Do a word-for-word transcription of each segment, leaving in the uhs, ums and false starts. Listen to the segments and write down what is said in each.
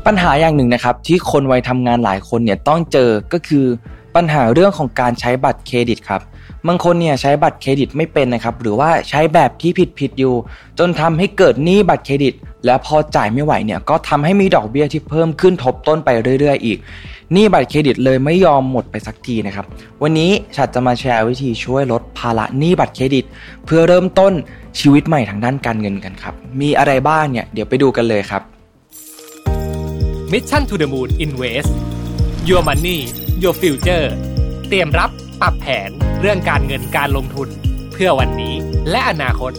ปัญหาอย่างหนึ่งนะครับที่คนวัยทำงานหลายคนเนี่ยต้องเจอก็คือปัญหาเรื่องของการใช้บัตรเครดิตครับบางคนเนี่ยใช้บัตรเครดิตไม่เป็นนะครับหรือว่าใช้แบบที่ผิดๆอยู่จนทำให้เกิดหนี้บัตรเครดิตแล้วพอจ่ายไม่ไหวเนี่ยก็ทำให้มีดอกเบี้ยที่เพิ่มขึ้นทบต้นไปเรื่อยๆอีกหนี้บัตรเครดิตเลยไม่ยอมหมดไปสักทีนะครับวันนี้ฉันจะมาแชร์วิธีช่วยลดภาระหนี้บัตรเครดิตเพื่อเริ่มต้นชีวิตใหม่ทางด้านการเงินกันครับมีอะไรบ้างเนี่ยเดี๋ยวไปดูกันเลยครับ Mission to the Moon Invest Your Money Your Future เตรียมรับปรับแผนเรื่องการเงินการลงทุนเพื่อวันนี้และอนาคต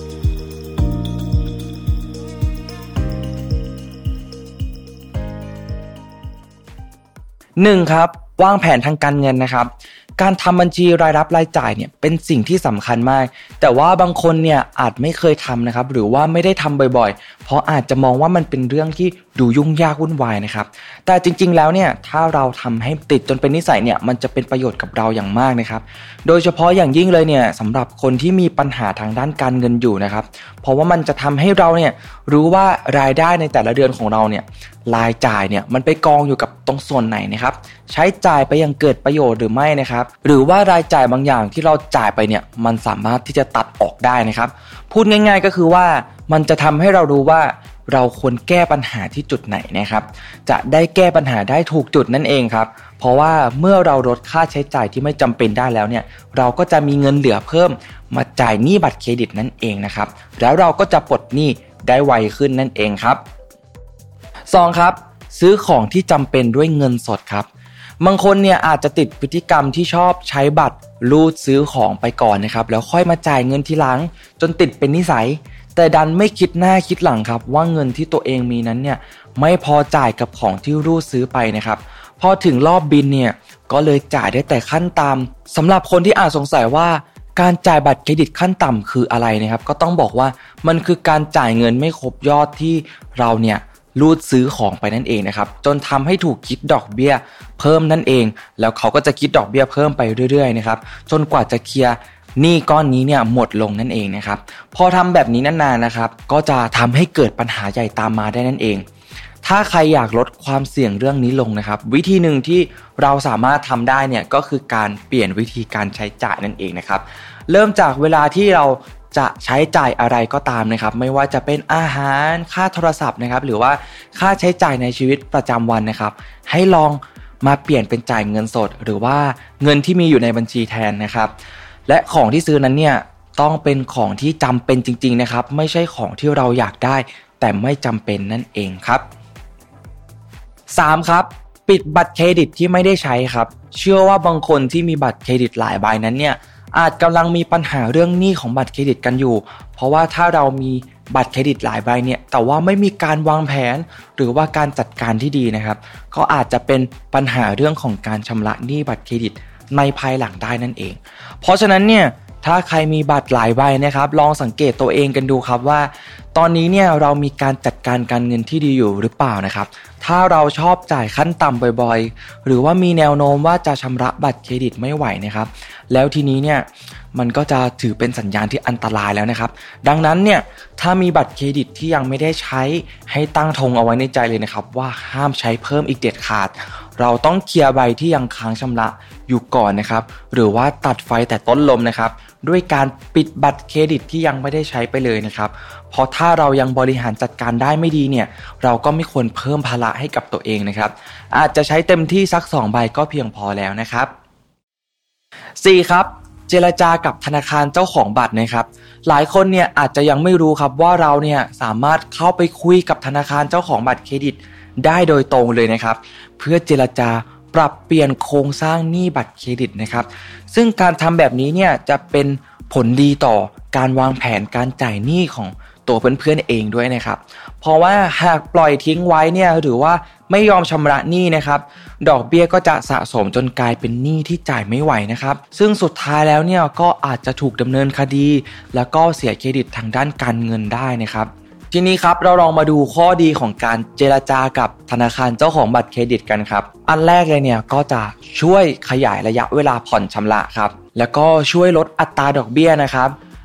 หนึ่งครับวางแผนทางการเงินนะครับการทำบัญชีรายรับรายจ่ายเนี่ยเป็นสิ่งที่สำคัญมากแต่ว่าบางคนเนี่ยอาจไม่เคยทำนะครับหรือว่าไม่ได้ทำบ่อยๆเพราะอาจจะมองว่ามันเป็นเรื่องที่ดูยุ่งยากวุ่นวายนะครับแต่จริงๆแล้วเนี่ยถ้าเราทำให้ติดจนเป็นนิสัยเนี่ยมันจะเป็นประโยชน์กับเราอย่างมากนะครับโดยเฉพาะอย่างยิ่งเลยเนี่ยสำหรับคนที่มีปัญหาทางด้านการเงินอยู่นะครับเพราะว่ามันจะทำให้เราเนี่ยรู้ว่ารายได้ในแต่ละเดือนของเราเนี่ยรายจ่ายเนี่ยมันไปกองอยู่กับตรงส่วนไหนนะครับใช้จ่ายไปอย่างเกิดประโยชน์หรือไม่นะครับหรือว่ารายจ่ายบางอย่างที่เราจ่ายไปเนี่ยมันสามารถที่จะตัดออกได้นะครับพูดง่ายๆก็คือว่ามันจะทำให้เรารู้ว่าเราควรแก้ปัญหาที่จุดไหนนะครับจะได้แก้ปัญหาได้ถูกจุดนั่นเองครับเพราะว่าเมื่อเราลดค่าใช้จ่ายที่ไม่จำเป็นได้แล้วเนี่ยเราก็จะมีเงินเหลือเพิ่มมาจ่ายหนี้บัตรเครดิตนั่นเองนะครับแล้วเราก็จะปลดหนี้ได้ไวขึ้นนั่นเองครับสองครับซื้อของที่จำเป็นด้วยเงินสดครับบางคนเนี่ยอาจจะติดพฤติกรรมที่ชอบใช้บัตรรูดซื้อของไปก่อนนะครับแล้วค่อยมาจ่ายเงินทีหลังจนติดเป็นนิสัยแต่ดันไม่คิดหน้าคิดหลังครับว่าเงินที่ตัวเองมีนั้นเนี่ยไม่พอจ่ายกับของที่รูดซื้อไปนะครับพอถึงรอบบินเนี่ยก็เลยจ่ายได้แต่ขั้นต่ำสำหรับคนที่อาจสงสัยว่าการจ่ายบัตรเครดิตขั้นต่ำคืออะไรนะครับก็ต้องบอกว่ามันคือการจ่ายเงินไม่ครบยอดที่เราเนี่ยรูดซื้อของไปนั่นเองนะครับจนทำให้ถูกคิดดอกเบี้ยเพิ่มนั่นเองแล้วเขาก็จะคิดดอกเบี้ยเพิ่มไปเรื่อยๆนะครับจนกว่าจะเคลียร์หนี้ก้อนนี้เนี่ยหมดลงนั่นเองนะครับพอทำแบบนี้นานๆนะครับก็จะทำให้เกิดปัญหาใหญ่ตามมาได้นั่นเองถ้าใครอยากลดความเสี่ยงเรื่องนี้ลงนะครับวิธีหนึ่งที่เราสามารถทำได้เนี่ยก็คือการเปลี่ยนวิธีการใช้จ่ายนั่นเองนะครับเริ่มจากเวลาที่เราจะใช้จ่ายอะไรก็ตามนะครับไม่ว่าจะเป็นอาหารค่าโทรศัพท์นะครับหรือว่าค่าใช้จ่ายในชีวิตประจำวันนะครับให้ลองมาเปลี่ยนเป็นจ่ายเงินสดหรือว่าเงินที่มีอยู่ในบัญชีแทนนะครับและของที่ซื้อนั้นเนี่ยต้องเป็นของที่จำเป็นจริงๆนะครับไม่ใช่ของที่เราอยากได้แต่ไม่จำเป็นนั่นเองครับสามครับปิดบัตรเครดิตที่ไม่ได้ใช้ครับเชื่อว่าบางคนที่มีบัตรเครดิตหลายใบนั้นเนี่ยอาจกำลังมีปัญหาเรื่องหนี้ของบัตรเครดิตกันอยู่เพราะว่าถ้าเรามีบัตรเครดิตหลายใบเนี่ยแต่ว่าไม่มีการวางแผนหรือว่าการจัดการที่ดีนะครับก็อาจจะเป็นปัญหาเรื่องของการชำระหนี้บัตรเครดิตในภายหลังได้นั่นเองเพราะฉะนั้นเนี่ยถ้าใครมีบัตรหลายใบนะครับลองสังเกตตัวเองกันดูครับว่าตอนนี้เนี่ยเรามีการจัดการการเงินที่ดีอยู่หรือเปล่านะครับถ้าเราชอบจ่ายขั้นต่ำบ่อยๆหรือว่ามีแนวโน้มว่าจะชำระบัตรเครดิตไม่ไหวนะครับแล้วทีนี้เนี่ยมันก็จะถือเป็นสัญญาณที่อันตรายแล้วนะครับดังนั้นเนี่ยถ้ามีบัตรเครดิตที่ยังไม่ได้ใช้ให้ตั้งธงเอาไว้ในใจเลยนะครับว่าห้ามใช้เพิ่มอีกเด็ดขาดเราต้องเคลียร์ใบที่ยังค้างชำระอยู่ก่อนนะครับหรือว่าตัดไฟแต่ต้นลมนะครับด้วยการปิดบัตรเครดิตที่ยังไม่ได้ใช้ไปเลยนะครับเพราะถ้าเรายังบริหารจัดการได้ไม่ดีเนี่ยเราก็ไม่ควรเพิ่มภาระให้กับตัวเองนะครับอาจจะใช้เต็มที่สักสองใบก็เพียงพอแล้วนะครับสี่ครับเจรจากับธนาคารเจ้าของบัตรนะครับหลายคนเนี่ยอาจจะยังไม่รู้ครับว่าเราเนี่ยสามารถเข้าไปคุยกับธนาคารเจ้าของบัตรเครดิตได้โดยตรงเลยนะครับเพื่อเจรจาปรับเปลี่ยนโครงสร้างหนี้บัตรเครดิตนะครับซึ่งการทำแบบนี้เนี่ยจะเป็นผลดีต่อการวางแผนการจ่ายหนี้ของตัวเพื่อนๆเองด้วยนะครับเพราะว่าหากปล่อยทิ้งไว้เนี่ยหรือว่าไม่ยอมชำระหนี้นะครับดอกเบี้ยก็จะสะสมจนกลายเป็นหนี้ที่จ่ายไม่ไหวนะครับซึ่งสุดท้ายแล้วเนี่ยก็อาจจะถูกดำเนินคดีแล้วก็เสียเครดิตทางด้านการเงินได้นะครับทีนี้ครับเราลองมาดูข้อดีของการเจรจากับธนาคารเจ้าของบัตรเครดิตกันครับอันแรกเลยเนี่ยก็จะช่วยขยายระยะเวลาผ่อนชำระครับแล้วก็ช่วยลดอัตราดอกเบี้ยนะครับ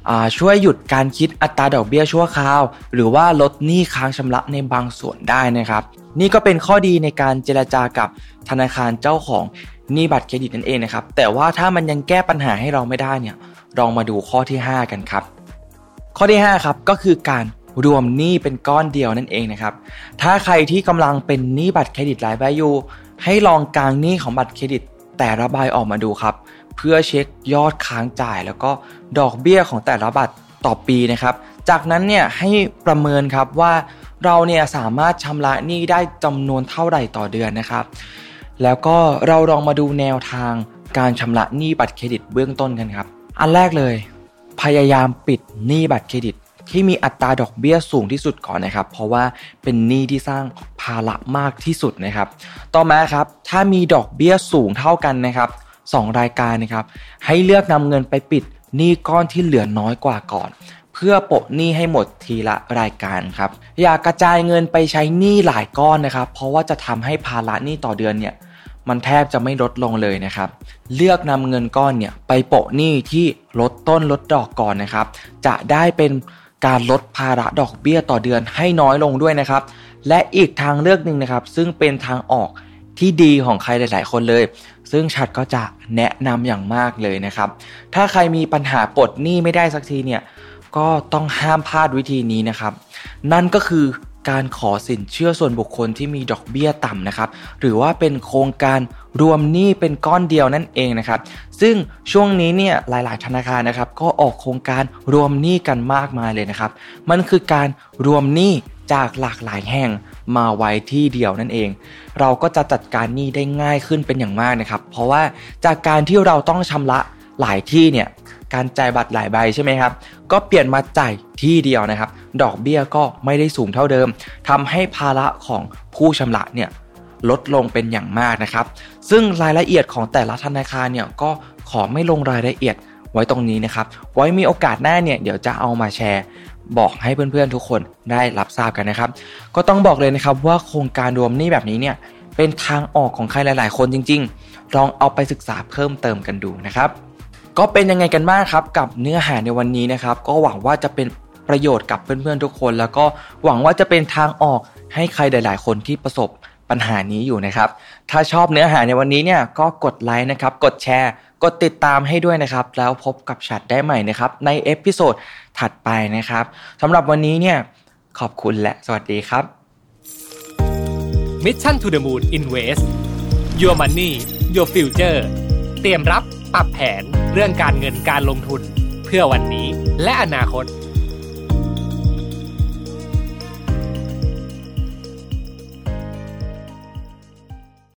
ช่วยหยุดการคิดอัตราดอกเบี้ยชั่วคราวหรือว่าลดหนี้ค้างชำระในบางส่วนได้นะครับนี่ก็เป็นข้อดีในการเจรจากับธนาคารเจ้าของหนี้บัตรเครดิตนั่นเองนะครับแต่ว่าถ้ามันยังแก้ปัญหาให้เราไม่ได้เนี่ยลองมาดูข้อที่ห้ากันครับข้อที่ห้าครับก็คือการรวมหนี้เป็นก้อนเดียวนั่นเองนะครับถ้าใครที่กำลังเป็นหนี้บัตรเครดิตหลายใบอยู่ให้ลองกางหนี้ของบัตรเครดิตแต่ละใบออกมาดูครับเพื่อเช็คยอดค้างจ่ายแล้วก็ดอกเบี้ยของแต่ละบัตรต่อปีนะครับจากนั้นเนี่ยให้ประเมินครับว่าเราเนี่ยสามารถชำระหนี้ได้จำนวนเท่าไหร่ต่อเดือนนะครับแล้วก็เราลองมาดูแนวทางการชำระหนี้บัตรเครดิตเบื้องต้นกันครับอันแรกเลยพยายามปิดหนี้บัตรเครดิตที่มีอัตราดอกเบี้ยสูงที่สุดก่อนนะครับเพราะว่าเป็นหนี้ที่สร้างภาระมากที่สุดนะครับต่อมาครับถ้ามีดอกเบี้ยสูงเท่ากันนะครับสองรายการนะครับให้เลือกนำเงินไปปิดหนี้ก้อนที่เหลือน้อยกว่าก่อนเพื่อโปะหนี้ให้หมดทีละรายการครับอย่ากระจายเงินไปใช้หนี้หลายก้อนนะครับเพราะว่าจะทำให้ภาระหนี้ต่อเดือนเนี่ยมันแทบจะไม่ลดลงเลยนะครับเลือกนำเงินก้อนเนี่ยไปโปะหนี้ที่ลดต้นลดดอกก่อนนะครับจะได้เป็นการลดภาระดอกเบี้ยต่อเดือนให้น้อยลงด้วยนะครับและอีกทางเลือกหนึ่งนะครับซึ่งเป็นทางออกที่ดีของใครหลายๆคนเลยซึ่งชัดก็จะแนะนำอย่างมากเลยนะครับถ้าใครมีปัญหาปลดหนี้ไม่ได้สักทีเนี่ยก็ต้องห้ามพลาดวิธีนี้นะครับนั่นก็คือการขอสินเชื่อส่วนบุคคลที่มีดอกเบี้ยต่ำนะครับหรือว่าเป็นโครงการรวมหนี้เป็นก้อนเดียวนั่นเองนะครับซึ่งช่วงนี้เนี่ยหลายๆธนาคารนะครับก็ออกโครงการรวมหนี้กันมากมายเลยนะครับมันคือการรวมหนี้จากหลากหลายแห่งมาไว้ที่เดียวนั่นเองเราก็จะจัดการหนี้ได้ง่ายขึ้นเป็นอย่างมากนะครับเพราะว่าจากการที่เราต้องชำระหลายที่เนี่ยการจ่ายบัตรหลายใบใช่ไหมครับก็เปลี่ยนมาจ่ายที่เดียวนะครับดอกเบี้ยก็ไม่ได้สูงเท่าเดิมทำให้ภาระของผู้ชำระเนี่ยลดลงเป็นอย่างมากนะครับซึ่งรายละเอียดของแต่ละธนาคารเนี่ยก็ขอไม่ลงรายละเอียดไว้ตรงนี้นะครับไว้มีโอกาสหน้าเนี่ยเดี๋ยวจะเอามาแชร์บอกให้เพื่อนๆทุกคนได้รับทราบกันนะครับก็ต้องบอกเลยนะครับว่าโครงการรวมหนี้แบบนี้เนี่ยเป็นทางออกของใครหลายๆคนจริงๆลองเอาไปศึกษาเพิ่มเติมกันดูนะครับก็เป็นยังไงกันบ้างครับกับเนื้อหาในวันนี้นะครับก็หวังว่าจะเป็นประโยชน์กับเพื่อนๆทุกคนแล้วก็หวังว่าจะเป็นทางออกให้ใครหลายๆคนที่ประสบปัญหานี้อยู่นะครับถ้าชอบเนื้อหาในวันนี้เนี่ยก็กดไลค์นะครับกดแชร์กดติดตามให้ด้วยนะครับแล้วพบกับฉัดได้ใหม่นะครับในเอพิโซดถัดไปนะครับสำหรับวันนี้เนี่ยขอบคุณและสวัสดีครับ Mission to the Moon Invest Your Money Your Future เตรียมรับปรับแผนเรื่องการเงินการลงทุนเพื่อวันนี้และอนาคต